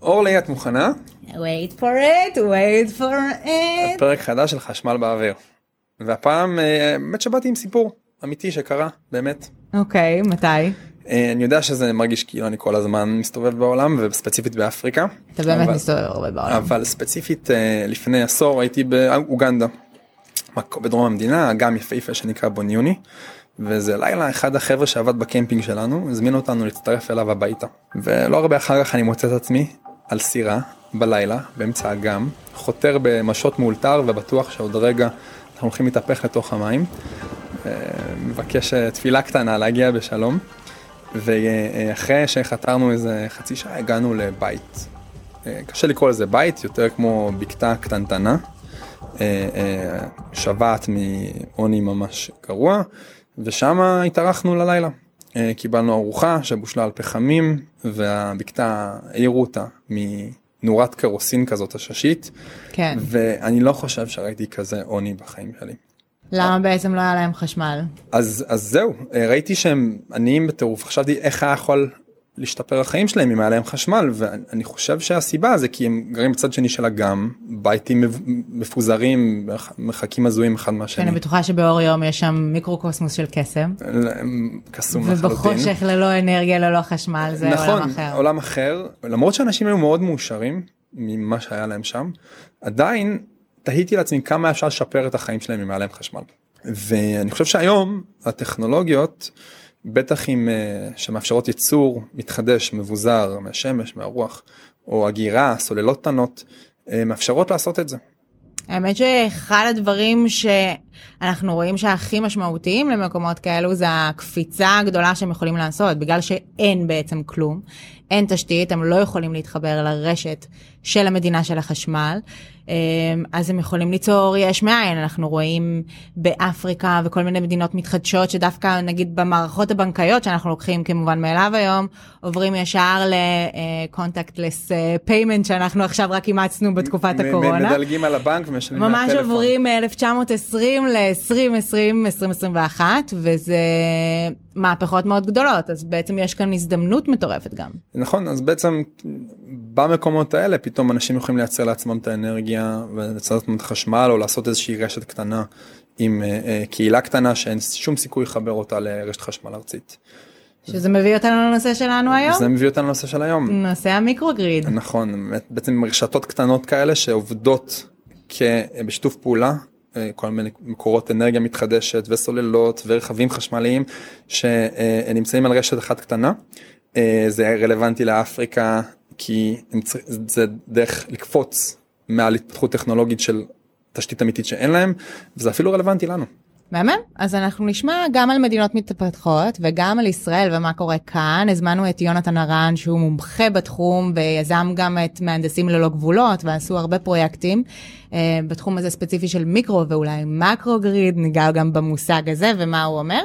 אורלי, את מוכנה? wait for it. פרק חדש של חשמל באוויר. והפעם, באמת שבאתי עם סיפור אמיתי שקרה, באמת. אוקיי, מתי? אני יודע שזה מרגיש כאילו אני כל הזמן מסתובב בעולם, וספציפית באפריקה. אתה באמת מסתובב הרבה בעולם. אבל ספציפית לפני עשור הייתי באוגנדה, בדרום המדינה, גם יפהפה שנקרא בוניוני. וזה לילה אחד החבר'ה שעבד בקמפינג שלנו, הזמין אותנו להצטרף אליו הביתה. ולא הרבה אחר כך אני מוצא את עצמי על סירה בלילה, באמצע אגם, חותר במשות מאולתר ובטוח שעוד רגע אנחנו הולכים להתהפך לתוך המים. מבקש תפילה קטנה להגיע בשלום. ואחרי שחתרנו איזה חצי שעה הגענו לבית. קשה לקרוא לזה בית, יותר כמו בקתה קטנטנה. שבעת מעוני ממש גרוע. ושם התארחנו ללילה. קיבלנו ארוחה שבושלה על פחמים, והבקתה העירו אותה מנורת קרוסין כזאת הששית. כן. ואני לא חושב שראיתי כזה עוני בחיים שלי. למה בעצם לא היה להם חשמל? אז זהו, ראיתי שהם עניים בטירוף, חשבתי איך היה יכול להשתפר החיים שלהם אם היה להם חשמל, ואני חושב שהסיבה זה כי הם גרים בצד שני של אגם, ביתים מפוזרים, מרחקים הזויים אחד מהשני. אני בטוחה שבאור יום יש שם מיקרוקוסמוס של קסם. קסום לחלוטין. ובחושך ללא אנרגיה, ללא חשמל, זה נכון, עולם אחר. עולם אחר, למרות שאנשים היו מאוד מאושרים ממה שהיה להם שם, עדיין תהיתי לעצמי כמה אפשר לשפר את החיים שלהם אם היה להם חשמל. ואני חושב שהיום הטכנולוגיות, בטח עם שמאפשרות ייצור מתחדש, מבוזר, מהשמש, מהרוח, או הגירה, סוללות קטנות, מאפשרות לעשות את זה. האמת שאחד הדברים שאנחנו רואים שהכי משמעותיים למקומות כאלו, זה הקפיצה הגדולה שהם יכולים לעשות, בגלל שאין בעצם כלום, אין תשתית, הם לא יכולים להתחבר לרשת של המדינה של החשמל, אז הם יכולים ליצור יש מאין. אנחנו רואים באפריקה וכל מיני מדינות מתחדשות, שדווקא נגיד במערכות הבנקאיות שאנחנו לוקחים כמובן מאליו היום, עוברים ישר ל-contactless payment, שאנחנו עכשיו רק אימצנו בתקופת הקורונה. מדלגים על הבנק ומשלמים מהטלפון. ממש עוברים מ-1920 ל-2020, 2021, וזה מהפכות מאוד גדולות, אז בעצם יש כאן הזדמנות מטורפת גם. נכון, אז בעצם במקומות האלה פתאום אנשים יכולים לייצר לעצמם את האנרגיה ולייצר לעצמם את החשמל, או לעשות איזושהי רשת קטנה עם קהילה קטנה שאין שום סיכוי לחבר אותה לרשת חשמל ארצית. שזה מביא אותנו לנושא שלנו היום? זה מביא אותנו לנושא של היום. נושא המיקרוגריד. נכון, בעצם רשתות קטנות כאלה שעובדות בשיתוף פעולה, כל מיני מקורות אנרגיה מתחדשת וסוללות ורכבים חשמליים שנמצאים על רשת אחת קטנה. זה רלוונטי לאפריקה כי זה דרך לקפוץ מעל התפתחות טכנולוגית של תשתית אמיתית שאין להם, וזה אפילו רלוונטי לנו. באמת? אז אנחנו נשמע גם על מדינות מתפתחות וגם על ישראל ומה קורה כאן. הזמנו את יונתן הרן שהוא מומחה בתחום ויזם גם את מהנדסים ללא גבולות, ועשו הרבה פרויקטים בתחום הזה ספציפי של מיקרו ואולי מקרוגריד. ניגע גם במושג הזה ומה הוא אומר.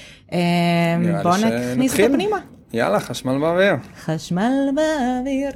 בואו נכניס את הפנימה. יאללה, חשמל באוויר. חשמל באוויר.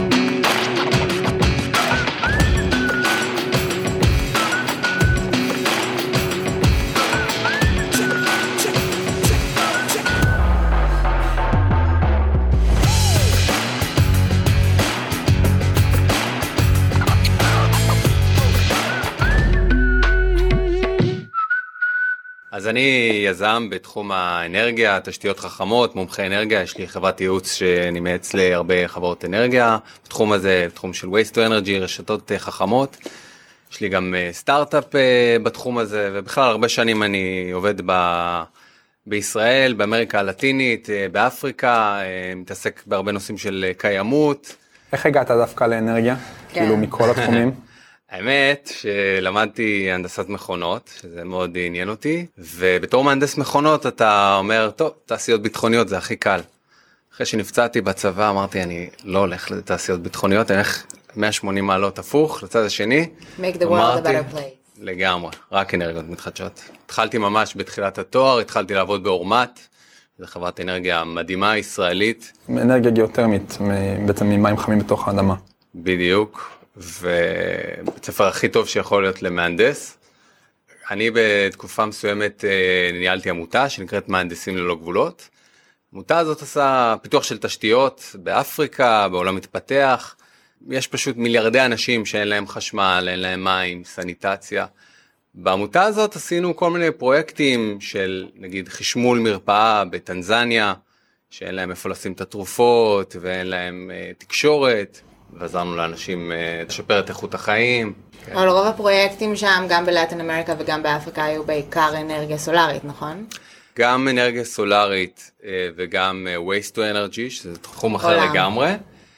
אז אני יזם בתחום האנרגיה, תשתיות חכמות, מומחה אנרגיה, יש לי חברת ייעוץ שאני מייעץ להרבה חברות אנרגיה, בתחום הזה, בתחום של Waste to Energy, רשתות חכמות, יש לי גם סטארט-אפ בתחום הזה, ובכלל הרבה שנים אני עובד בישראל, באמריקה הלטינית, באפריקה, מתעסק בהרבה נושאים של קיימות. איך הגעת דווקא לאנרגיה? כאילו מכל התחומים? האמת שלמדתי הנדסת מכונות, שזה מאוד עניין אותי, ובתור מהנדס מכונות אתה אומר, טוב, תעשיות ביטחוניות זה הכי קל. אחרי שנפצעתי בצבא אמרתי, אני לא הולך לתעשיות ביטחוניות, אני הולך 180 מעלות הפוך, לצד השני. Make the world a better place. לגמרי, רק אנרגיות מתחדשות. התחלתי ממש בתחילת התואר, התחלתי לעבוד באורמת, זו חברת אנרגיה מדהימה, ישראלית. אנרגיה גיאותרמית, בעצם ממים חמים בתוך האדמה. בדיוק. ובית ספר הכי טוב שיכול להיות למהנדס. אני בתקופה מסוימת ניהלתי עמותה שנקראת מהנדסים ללא גבולות. העמותה הזאת עושה פיתוח של תשתיות באפריקה, בעולם מתפתח, יש פשוט מיליארדי אנשים שאין להם חשמל, אין להם מים, סניטציה. בעמותה הזאת עשינו כל מיני פרויקטים של נגיד חשמול מרפאה בטנזניה, שאין להם איפה לשים את התרופות ואין להם תקשורת, ועזרנו לאנשים לשפר את איכות החיים. אבל רוב הפרויקטים שם, גם בלטין אמריקה וגם באפריקה, היו בעיקר אנרגיה סולארית, נכון? גם אנרגיה סולארית וגם waste to energy, שזה תחום אחר לגמרי.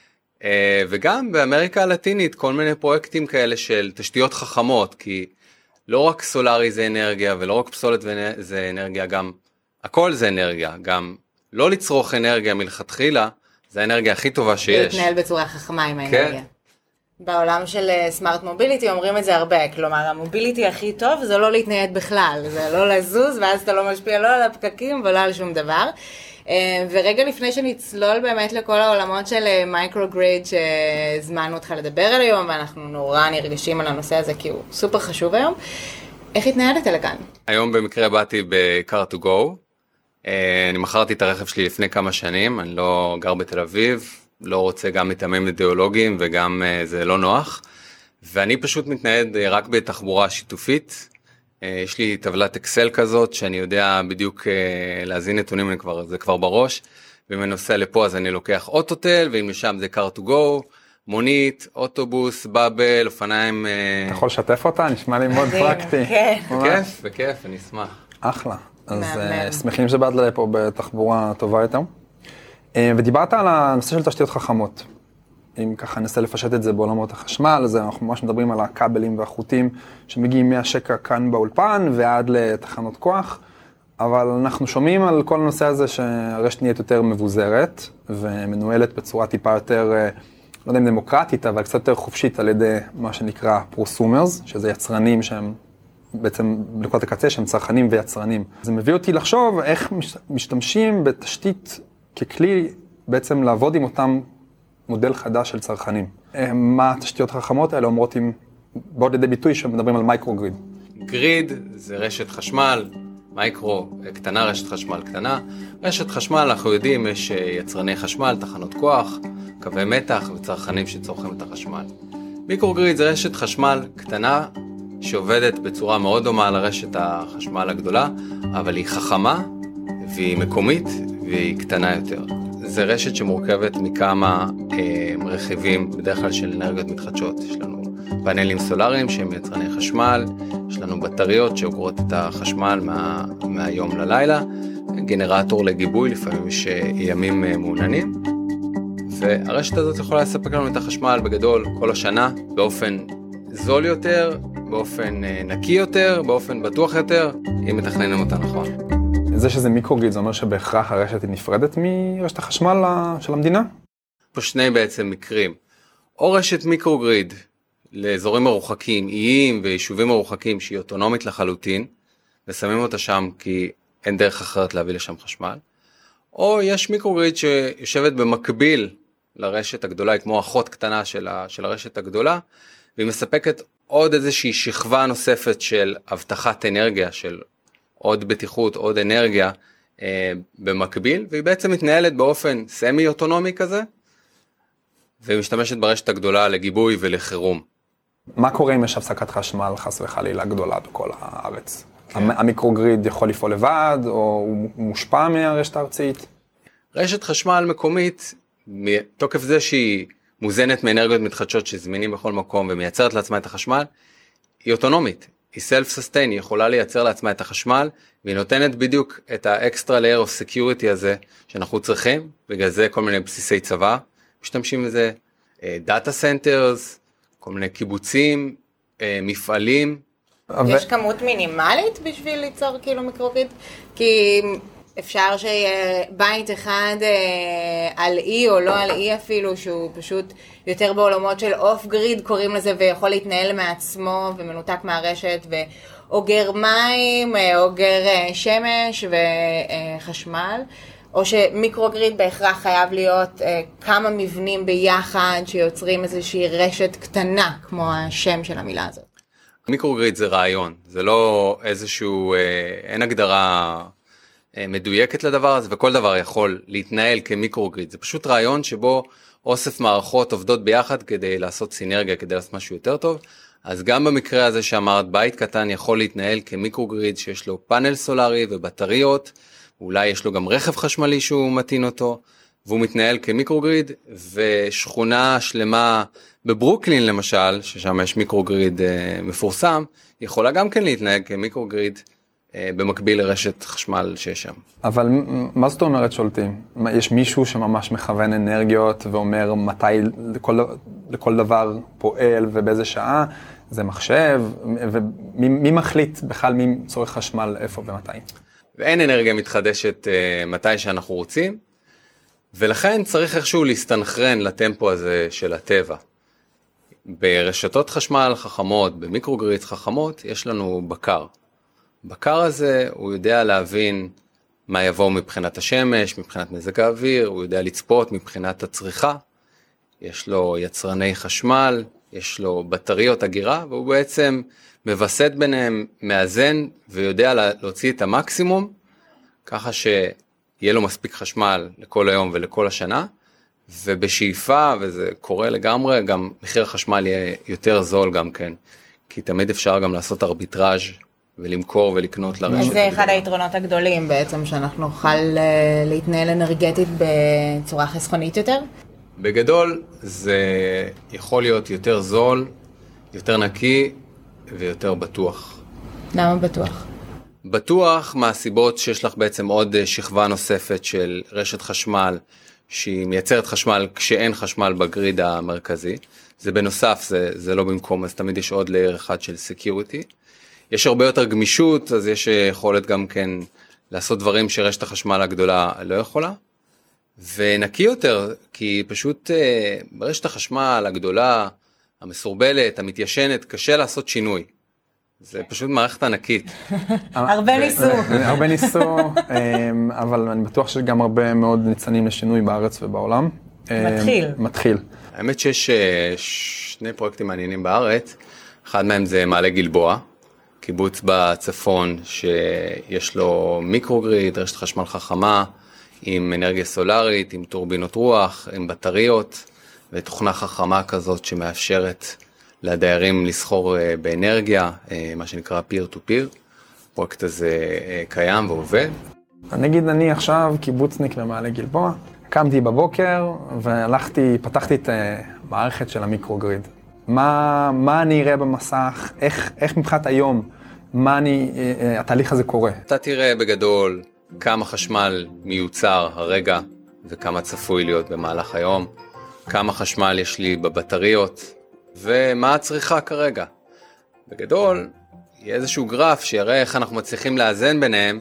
וגם באמריקה הלטינית כל מיני פרויקטים כאלה של תשתיות חכמות, כי לא רק סולארי זה אנרגיה ולא רק פסולת זה אנרגיה, גם הכל זה אנרגיה, גם לא לצרוך אנרגיה מלכתחילה, זה האנרגיה הכי טובה שיש. להתנהל בצורה חכמה עם האנרגיה. כן. בעולם של סמארט מוביליטי אומרים את זה הרבה, כלומר המוביליטי הכי טוב זה לא להתנייד בכלל, זה לא לזוז ואז אתה לא משפיע לא על הפקקים ולא על שום דבר. ורגע לפני שנצלול באמת לכל העולמות של מייקרוגריד שהזמנו אותך לדבר על היום, ואנחנו נורא נרגשים על הנושא הזה כי הוא סופר חשוב היום, איך התניידת לכאן? היום במקרה באתי ב-Car2Go, אני מכרתי את הרכב שלי לפני כמה שנים, אני לא גר בתל אביב, לא רוצה גם מתאמים אידיאולוגיים וגם זה לא נוח, ואני פשוט מתנייד רק בתחבורה שיתופית. יש לי טבלת אקסל כזאת שאני יודע בדיוק להזין נתונים, זה כבר בראש, ואם אני נוסע לפה אז אני לוקח אוטוטל, ואם לשם זה Car2Go, מונית, אוטובוס, בבל, אופניים. אתה יכול לשתף אותה? נשמע לי מאוד פרקטי. בכיף, אני אשמח. אחלה. אז שמחים שבאת לפה בתחבורה טובה יותר. ודיברת על הנושא של תשתיות חכמות. אם ככה ננסה לפשט את זה בעולמות החשמל, אז אנחנו ממש מדברים על הכבלים והחוטים שמגיעים מהשקע כאן באולפן ועד לתחנות כוח, אבל אנחנו שומעים על כל הנושא הזה שהרשת נהיית יותר מבוזרת ומנוהלת בצורה טיפה יותר, לא יודע אם דמוקרטית, אבל קצת יותר חופשית על ידי מה שנקרא פרוסומרס, שזה יצרנים שהם בעצם בנקודת הקצה שהם צרכנים ויצרנים. זה מביא אותי לחשוב איך משתמשים בתשתית ככלי בעצם לעבוד עם אותם מודל חדש של צרכנים. מה התשתיות החכמות האלה אומרות עם בעוד לידי ביטוי שמדברים על מייקרוגריד? גריד זה רשת חשמל, מייקרו קטנה, רשת חשמל קטנה. רשת חשמל אנחנו יודעים יש יצרני חשמל, תחנות כוח, קווי מתח וצרכנים שצורכים את החשמל. מיקרוגריד זה רשת חשמל קטנה שעובדת בצורה מאוד דומה לרשת החשמל הגדולה, אבל היא חכמה והיא מקומית והיא קטנה יותר. זה רשת שמורכבת מכמה רכיבים, בדרך כלל של אנרגיות מתחדשות. יש לנו פאנלים סולאריים שהם יצרני חשמל, יש לנו בטריות שאוגרות את החשמל מהיום ללילה, גנרטור לגיבוי, לפעמים יש ימים מעוננים, והרשת הזאת יכולה לספק לנו את החשמל בגדול כל השנה, באופן זול יותר, באופן נקי יותר, באופן בטוח יותר, אם מתכננים אותה נכון. זה שזה מיקרוגריד, זה אומר שבהכרח הרשת היא נפרדת מרשת החשמל של המדינה? פה שני בעצם מקרים. או רשת מיקרוגריד לאזורים מרוחקים, איים ויישובים מרוחקים שהיא אוטונומית לחלוטין, ושמים אותה שם כי אין דרך אחרת להביא לשם חשמל. או יש מיקרוגריד שיושבת במקביל לרשת הגדולה, היא כמו אחות קטנה של הרשת הגדולה, והיא מספקת עוד איזושהי שכבה נוספת של הבטחת אנרגיה, של עוד בטיחות, עוד אנרגיה במקביל, והיא בעצם מתנהלת באופן סמי-אוטונומי כזה, והיא משתמשת ברשת הגדולה לגיבוי ולחירום. מה קורה אם יש הפסקת חשמל חס וחלילה גדולה בכל הארץ? כן. המיקרוגריד יכול לפעול לבד, או הוא מושפע מהרשת הארצית? רשת חשמל מקומית, מתוקף זה שהיא מוזנת מאנרגיות מתחדשות שזמינים בכל מקום ומייצרת לעצמה את החשמל, היא אוטונומית. היא self-sustain, היא יכולה לייצר לעצמה את החשמל, והיא נותנת בדיוק את ה-extra layer of security הזה שאנחנו צריכים, בגלל זה כל מיני בסיסי צבא, משתמשים בזה, data centers, כל מיני קיבוצים, מפעלים. יש כמות מינימלית בשביל ליצור כאילו מיקרוגריד? כי אפשר שיהיה בית אחד על אי או לא על אי אפילו, שהוא פשוט יותר בעולמות של אוף גריד קוראים לזה, ויכול להתנהל מעצמו ומנותק מהרשת, ואוגר מים, אוגר שמש וחשמל, או שמיקרוגריד בהכרח חייב להיות כמה מבנים ביחד שיוצרים איזושהי רשת קטנה, כמו השם של המילה הזאת. מיקרוגריד זה רעיון, זה לא איזשהו, אין הגדרה מדויקת לדבר הזה, וכל דבר יכול להתנהל כמיקרוגריד. זה פשוט רעיון שבו אוסף מערכות עובדות ביחד כדי לעשות סינרגיה, כדי לעשות משהו יותר טוב. אז גם במקרה הזה שאמרת, בית קטן יכול להתנהל כמיקרוגריד שיש לו פאנל סולרי ובטריות, אולי יש לו גם רכב חשמלי שהוא מתאים אותו, והוא מתנהל כמיקרוגריד, ושכונה שלמה בברוקלין למשל, ששם יש מיקרוגריד מפורסם, יכולה גם כן להתנהג כמיקרוגריד במקביל לרשת חשמל שיש שם. אבל מה זאת אומרת שולטים? יש מישהו שממש מכוון אנרגיות ואומר מתי לכל דבר פועל ובאיזה שעה? זה מחשב? ומי מחליט בכלל מי צורך חשמל איפה ומתי? ואין אנרגיה מתחדשת מתי שאנחנו רוצים, ולכן צריך איכשהו להסתנכרן לטמפו הזה של הטבע. ברשתות חשמל חכמות, במיקרוגריד חכמות, יש לנו בקר. בקר הזה הוא יודע להבין מה יבוא מבחינת השמש, מבחינת מזג האוויר, הוא יודע לצפות מבחינת הצריכה, יש לו יצרני חשמל, יש לו בטריות אגירה, והוא בעצם מבסט ביניהם, מאזן ויודע להוציא את המקסימום, ככה שיהיה לו מספיק חשמל לכל היום ולכל השנה, ובשאיפה, וזה קורה לגמרי, גם מחיר החשמל יהיה יותר זול גם כן, כי תמיד אפשר גם לעשות ארביטראז' ולמכור ולקנות לרשת. זה אחד היתרונות הגדולים בעצם, שאנחנו נוכל להתנהל אנרגטית בצורה חסכונית יותר? בגדול זה יכול להיות יותר זול, יותר נקי ויותר בטוח. למה בטוח? בטוח מהסיבות שיש לך בעצם עוד שכבה נוספת של רשת חשמל, שהיא מייצרת חשמל כשאין חשמל בגריד המרכזי. זה בנוסף, זה לא במקום, אז תמיד יש עוד לייר אחד של סקיוריטי. יש הרבה יותר גמישות, אז יש יכולת גם כן לעשות דברים שרשת החשמל הגדולה לא יכולה. ונקי יותר, כי פשוט ברשת החשמל הגדולה, המסורבלת, המתיישנת, קשה לעשות שינוי. זה פשוט מערכת ענקית. הרבה ניסו. הרבה ניסו, אבל אני בטוח שיש גם הרבה מאוד ניצנים לשינוי בארץ ובעולם. מתחיל. האמת שיש שני פרויקטים מעניינים בארץ, אחד מהם זה מעלה גלבוע, קיבוץ בצפון שיש לו מיקרוגריד, רשת חשמל חכמה, עם אנרגיה סולרית, עם טורבינות רוח, עם בטריות, ותוכנה חכמה כזאת שמאפשרת לדיירים לסחור באנרגיה, מה שנקרא peer to peer. הפרויקט הזה קיים ועובד. נגיד אני עכשיו קיבוצניק במעלה גלבוע, קמתי בבוקר והלכתי, פתחתי את המערכת של המיקרוגריד. מה אני אראה במסך, איך מבחינת היום, התהליך הזה קורה? אתה תראה בגדול כמה חשמל מיוצר הרגע וכמה צפוי להיות במהלך היום, כמה חשמל יש לי בבטריות ומה הצריכה כרגע. בגדול יהיה איזשהו גרף שיראה איך אנחנו מצליחים לאזן ביניהם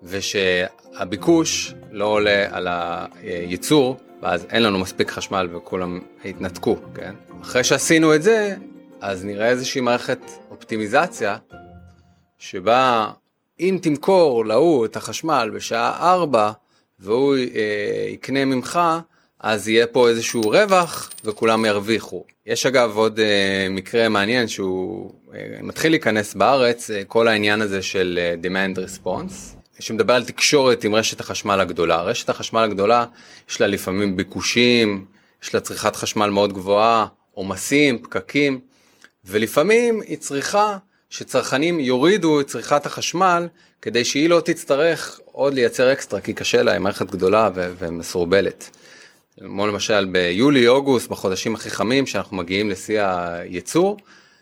ושהביקוש לא עולה על הייצור, ואז אין לנו מספיק חשמל וכולם התנתקו, כן? אחרי שעשינו את זה, אז נראה איזושהי מערכת אופטימיזציה, שבה אם תמכור להוא את החשמל בשעה 4, והוא יקנה ממך, אז יהיה פה איזשהו רווח, וכולם ירוויחו. יש אגב עוד מקרה מעניין, שהוא מתחיל להיכנס בארץ, כל העניין הזה של demand response, שמדבר על תקשורת עם רשת החשמל הגדולה. רשת החשמל הגדולה יש לה לפעמים ביקושים, יש לה צריכת חשמל מאוד גבוהה, עומסים, פקקים, ולפעמים היא צריכה שצרכנים יורידו את צריכת החשמל, כדי שהיא לא תצטרך עוד לייצר אקסטרה, כי קשה לה, היא מערכת גדולה ומסורבלת. כמו למשל ביולי-אוגוסט, בחודשים הכי חמים, שאנחנו מגיעים לשיא הייצור,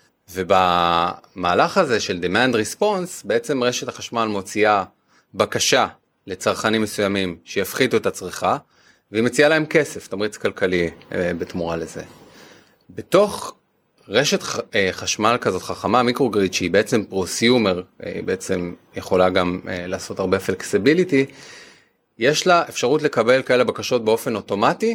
ובמהלך הזה של demand response, בעצם רשת החשמל מוציאה בקשה לצרכנים מסוימים שיפחיתו את הצריכה, והיא מציעה להם כסף, תמריץ כלכלי בתמורה לזה. בתוך רשת חשמל כזאת חכמה, מיקרוגריד, שהיא בעצם פרוסיומר, היא בעצם יכולה גם לעשות הרבה פלקסיביליטי, יש לה אפשרות לקבל כאלה בקשות באופן אוטומטי,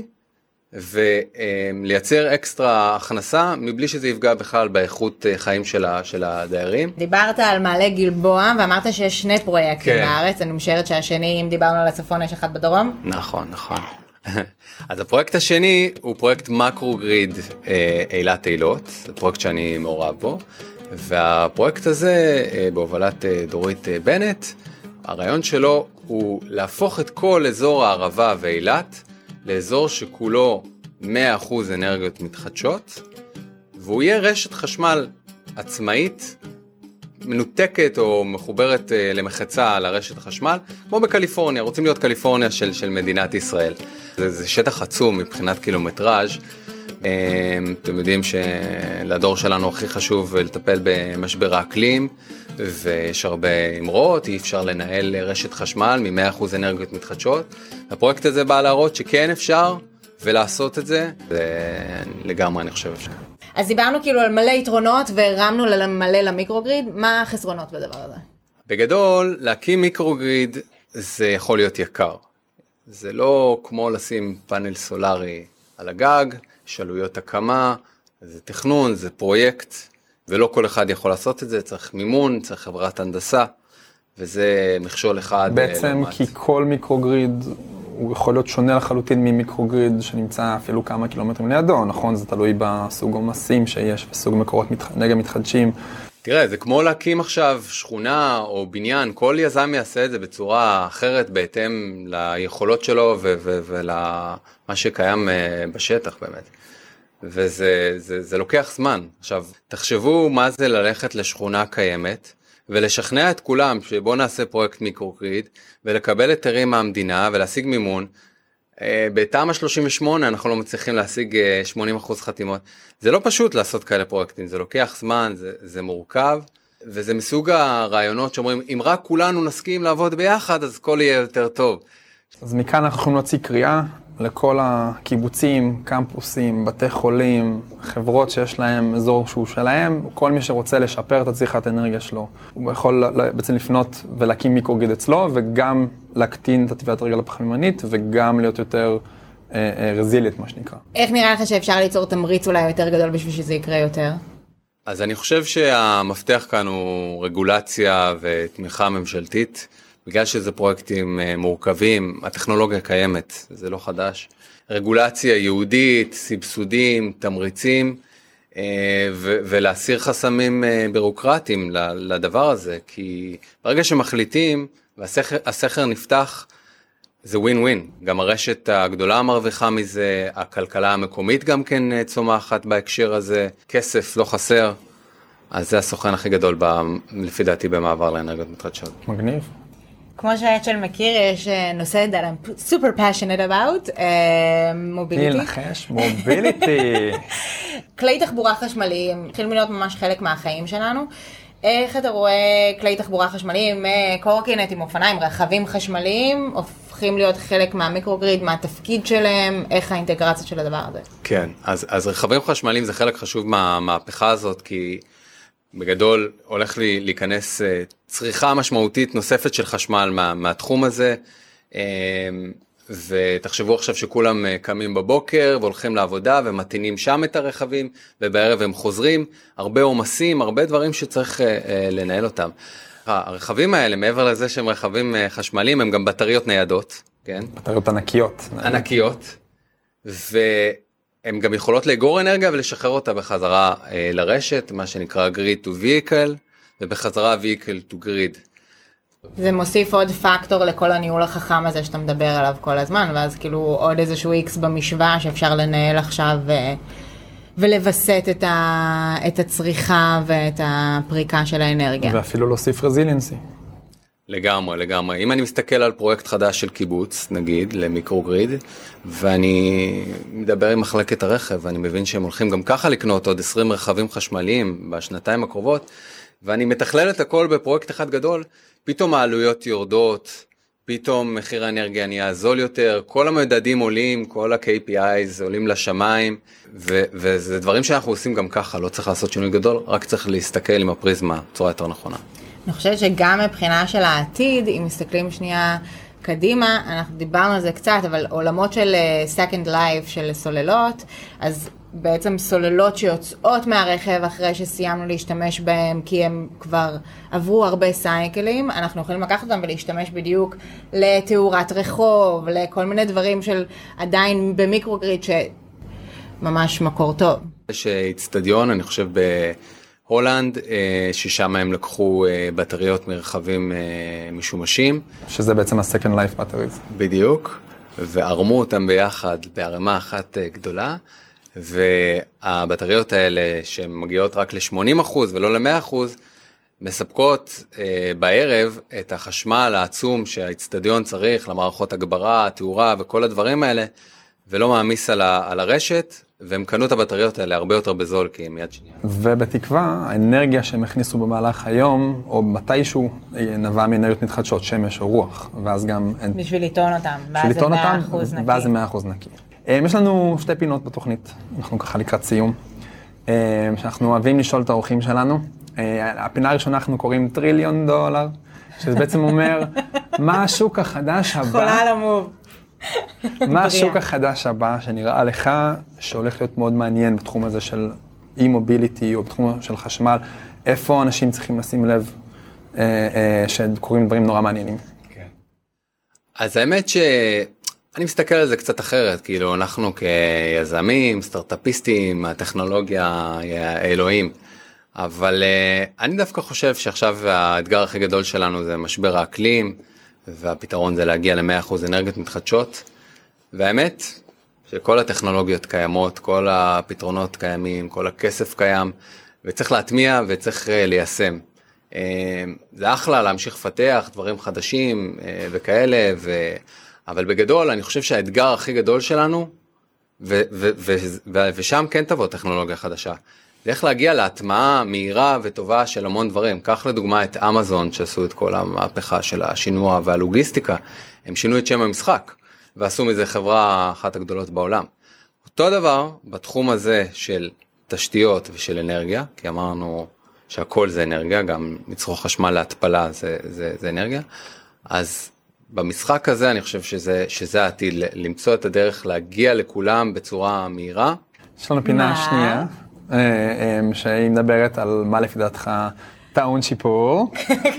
ולייצר אקסטרה הכנסה, מבלי שזה יפגע בכלל באיכות חיים של הדיירים. דיברת על מעלה גלבוע, ואמרת שיש שני פרויקטים בארץ, אני משערת שהשני, אם דיברנו על הצפון, יש אחד בדרום? נכון. אז הפרויקט השני הוא פרויקט מקרוגריד אילת אילות, זה פרויקט שאני מעורב בו, והפרויקט הזה בהובלת דורית בנט, הרעיון שלו הוא להפוך את כל אזור הערבה ואילת לאזור שכולו 100% אנרגיות מתחדשות, והוא יהיה רשת חשמל עצמאית, מנותקת או מחוברת למחצה על הרשת החשמל, כמו בקליפורניה, רוצים להיות קליפורניה של מדינת ישראל. זה שטח עצום מבחינת קילומטראז'. אתם יודעים שלדור שלנו הכי חשוב לטפל במשבר האקלים, ויש הרבה אמרות, אי אפשר לנהל רשת חשמל מ-100% אנרגיות מתחדשות. הפרויקט הזה בא להראות שכן אפשר, ולעשות את זה, לגמרי אני חושב אפשר. אז דיברנו כאילו על מלא יתרונות, והרמנו מלא למיקרוגריד, מה החסרונות בדבר הזה? בגדול, להקים מיקרוגריד זה יכול להיות יקר. זה לא כמו לשים פאנל סולרי על הגג, יש עלויות הקמה, זה תכנון, זה פרויקט, ולא כל אחד יכול לעשות את זה, צריך מימון, צריך חברת הנדסה, וזה מכשול אחד. בעצם כי כל מיקרוגריד הוא יכול להיות שונה לחלוטין ממיקרוגריד שנמצא אפילו כמה קילומטרים לידו, נכון? זה תלוי בסוג עומסים שיש, בסוג מקורות אנרגיה מתחדשים. תראה, זה כמו להקים עכשיו שכונה או בניין, כל יזם יעשה את זה בצורה אחרת בהתאם ליכולות שלו ולמה שקיים בשטח באמת. וזה לוקח זמן. עכשיו, תחשבו מה זה ללכת לשכונה קיימת, ולשכנע את כולם שבוא נעשה פרויקט מיקרוגריד, ולקבל היתרים מהמדינה ולהשיג מימון. בתמ"א 38 אנחנו לא מצליחים להשיג 80% חתימות. זה לא פשוט לעשות כאלה פרויקטים, זה לוקח זמן, זה מורכב, וזה מסוג הרעיונות שאומרים, אם רק כולנו נסכים לעבוד ביחד, אז הכל יהיה יותר טוב. אז מכאן אנחנו יכולים להוציא קריאה לכל הקיבוצים, קמפוסים, בתי חולים, חברות שיש להם אזור שהוא שלהם, כל מי שרוצה לשפר את הצריכת האנרגיה שלו, הוא יכול בעצם לפנות ולהקים מיקרוגריד אצלו, וגם להקטין את הטבעת הרגל הפחמימנית, וגם להיות יותר רזילית, מה שנקרא. איך נראה לך שאפשר ליצור תמריץ אולי יותר גדול בשביל שזה יקרה יותר? אז אני חושב שהמפתח כאן הוא רגולציה ותמיכה ממשלתית, בגלל שזה פרויקטים מורכבים, הטכנולוגיה קיימת, זה לא חדש. רגולציה יהודית, סבסודים, תמריצים, ולהסיר חסמים בירוקרטיים לדבר הזה, כי ברגע שמחליטים, והסכר נפתח, זה ווין ווין. גם הרשת הגדולה מרוויחה מזה, הכלכלה המקומית גם כן צומחת בהקשר הזה, כסף לא חסר, אז זה הסוכן הכי גדול לפי דעתי במעבר לאנרגיות מתחדשות. מגניב. כמו שהאצ'ל מכיר, יש נושא that I'm super passionate about, מוביליטי. נחש, מוביליטי. כלי תחבורה חשמליים, התחיל להיות ממש חלק מהחיים שלנו. איך אתה רואה כלי תחבורה חשמליים, קורקינטים, אופניים, רכבים חשמליים, הופכים להיות חלק מהמיקרוגריד, מה התפקיד שלהם, איך האינטגרציה של הדבר הזה? כן, אז רכבים חשמליים זה חלק חשוב מהמהפכה הזאת, כי בגדול הולך להיכנס צריכה משמעותית נוספת של חשמל מהתחום הזה, ותחשבו עכשיו שכולם קמים בבוקר והולכים לעבודה ומתינים שם את הרכבים, ובערב הם חוזרים, הרבה עומסים, הרבה דברים שצריך לנהל אותם. הרכבים האלה, מעבר לזה שהם רכבים חשמליים, הם גם בטריות ניידות, כן? בטריות ענקיות. ענקיות, והן גם יכולות לאגור אנרגיה ולשחרר אותה בחזרה לרשת, מה שנקרא grid to vehicle, ובחזרה vehicle to grid. זה מוסיף עוד פקטור לכל הניהול החכם הזה שאתה מדבר עליו כל הזמן, ואז כאילו עוד איזשהו X במשוואה שאפשר לנהל עכשיו ולבסט את הצריכה ואת הפריקה של האנרגיה. ואפילו להוסיף רזיליאנסי. לגמרי, לגמרי. אם אני מסתכל על פרויקט חדש של קיבוץ, נגיד, למיקרוגריד, ואני מדבר עם מחלקת הרכב, ואני מבין שהם הולכים גם ככה לקנות עוד 20 רכבים חשמליים בשנתיים הקרובות, ואני מתכלל את הכל בפרויקט אחד גדול, פתאום העלויות יורדות, פתאום מחיר האנרגיה נהיה זול יותר, כל המדדים עולים, כל ה-KPIs עולים לשמיים, וזה דברים שאנחנו עושים גם ככה, לא צריך לעשות שינוי גדול, רק צריך להסתכל עם הפריזמה בצורה יותר נכונה. אני חושבת שגם מבחינה של העתיד, אם מסתכלים שנייה קדימה, אנחנו דיברנו על זה קצת, אבל עולמות של second life של סוללות, אז בעצם סוללות שיוצאות מהרכב אחרי שסיימנו להשתמש בהם, כי הם כבר עברו הרבה סייקלים, אנחנו יכולים לקחת אותם ולהשתמש בדיוק לתאורת רחוב, לכל מיני דברים של עדיין במיקרוגריד שממש מקור טוב. יש אצטדיון, אני חושב בהולנד, ששם הם לקחו בטריות מרכבים משומשים. שזה בעצם ה-second life batteries. בדיוק. וערמו אותם ביחד בערימה אחת גדולה, והבטריות האלה שמגיעות רק ל-80% ולא ל-100%, מספקות בערב את החשמל העצום שהאצטדיון צריך למערכות הגברה, תאורה וכל הדברים האלה, ולא מעמיס על הרשת, והם קנו את הבטריות האלה הרבה יותר בזול, כי הם יד שנייה. ובתקווה, האנרגיה שהם הכניסו במהלך היום, או מתישהו, נבעה מאנרגיות מתחדשות, שמש או רוח, ואז גם... בשביל לטעון אותם, ואז זה 100% נקי. ואז זה 100% נקי. יש לנו שתי פינות בתוכנית, אנחנו ככה לקראת סיום, שאנחנו אוהבים לשאול את האורחים שלנו. הפינה הראשונה אנחנו קוראים $1 טריליון, שזה בעצם אומר, מה השוק החדש הבא? חולה על המוב. מה השוק החדש הבא שנראה לך שהולך להיות מאוד מעניין בתחום הזה של e-mobility או בתחום של חשמל? איפה אנשים צריכים לשים לב שקורים דברים נורא מעניינים? כן. אז האמת שאני מסתכל על זה קצת אחרת, כאילו אנחנו כיזמים, סטארט-אפיסטים, הטכנולוגיה היא האלוהים. אבל אני דווקא חושב שעכשיו האתגר הכי גדול שלנו זה משבר האקלים, והפתרון זה להגיע ל-100% אנרגיות מתחדשות. והאמת שכל הטכנולוגיות קיימות, כל הפתרונות קיימים, כל הכסף קיים, וצריך להטמיע וצריך ליישם. זה אחלה להמשיך לפתח דברים חדשים וכאלה, אבל בגדול אני חושב שהאתגר הכי גדול שלנו, ושם כן תבוא טכנולוגיה חדשה, זה איך להגיע להטמעה מהירה וטובה של המון דברים. קח לדוגמה את אמזון שעשו את כל המהפכה של השינוע והלוגיסטיקה, הם שינו את שם המשחק ועשו מזה חברה אחת הגדולות בעולם. אותו דבר בתחום הזה של תשתיות ושל אנרגיה, כי אמרנו שהכל זה אנרגיה, גם מצרוך חשמל להתפלה זה אנרגיה, אז במשחק הזה אני חושב שזה העתיד, למצוא את הדרך להגיע לכולם בצורה מהירה. יש לנו פינה שנייה. שהיא מדברת על מה לפי דעתך טעון שיפור.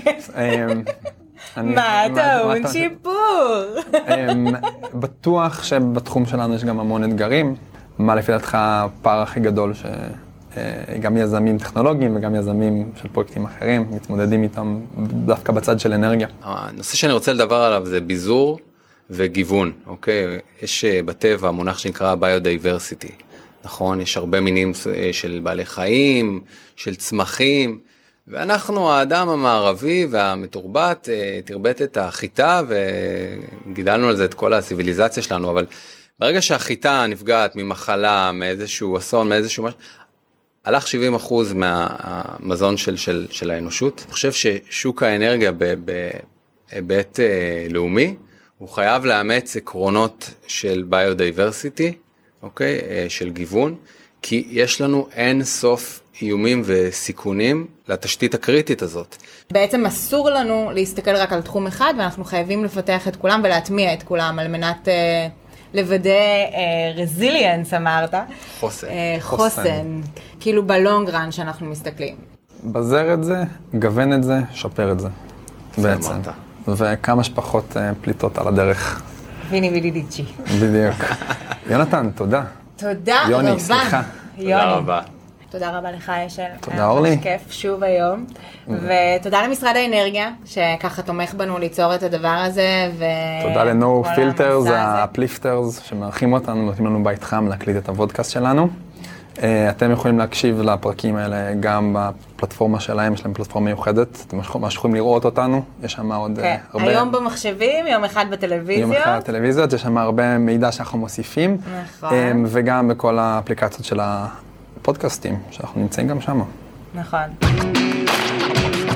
מה טעון שיפור? בטוח שבתחום שלנו יש גם המון אתגרים. מה לפי דעתך הפער הכי גדול שגם יזמים טכנולוגיים וגם יזמים של פרויקטים אחרים מתמודדים איתם דווקא בצד של אנרגיה? הנושא שאני רוצה לדבר עליו זה ביזור וגיוון, אוקיי? יש בטבע מונח שנקרא ביודיברסיטי. נכון, יש הרבה מינים של בעלי חיים, של צמחים, ואנחנו, האדם המערבי והמתורבת, תרבט את החיטה וגידלנו על זה את כל הסיביליזציה שלנו, אבל ברגע שהחיטה נפגעת ממחלה, מאיזשהו אסון, מאיזשהו משהו, הלך 70% מהמזון של האנושות. אני חושב ששוק האנרגיה בהיבט לאומי, הוא חייב לאמץ עקרונות של ביודיברסיטי, אוקיי, של גיוון, כי יש לנו אין סוף איומים וסיכונים לתשתית הקריטית הזאת. בעצם אסור לנו להסתכל רק על תחום אחד, ואנחנו חייבים לפתח את כולם ולהטמיע את כולם, על מנת לוודא רזיליאנס, אמרת. חוסן. כאילו בלונגרן שאנחנו מסתכלים. בזר את זה, גוון את זה, שפר את זה. בעצם. וכמה שפחות פליטות על הדרך. ויני וידידיצ'י. בדיוק. יונתן, תודה. תודה רבה. יוני, סליחה. תודה רבה. תודה רבה לך, אשל. תודה, אורלי. ממש כיף שוב היום. ותודה למשרד האנרגיה, שככה תומך בנו ליצור את הדבר הזה. תודה ל-No Filters, הפליפטרס, שמארחים אותנו, נותנים לנו בית חם להקליט את הוודקאסט שלנו. אתם יכולים להקשיב לפרקים האלה גם בפלטפורמה שלהם, יש להם פלטפורמה מיוחדת, אתם יכולים לראות אותנו, יש שם עוד הרבה... היום במחשבים, יום אחד בטלוויזיות. יום אחד בטלוויזיות, יש שם הרבה מידע שאנחנו מוסיפים. נכון. וגם בכל האפליקציות של הפודקאסטים, שאנחנו נמצאים גם שם. נכון.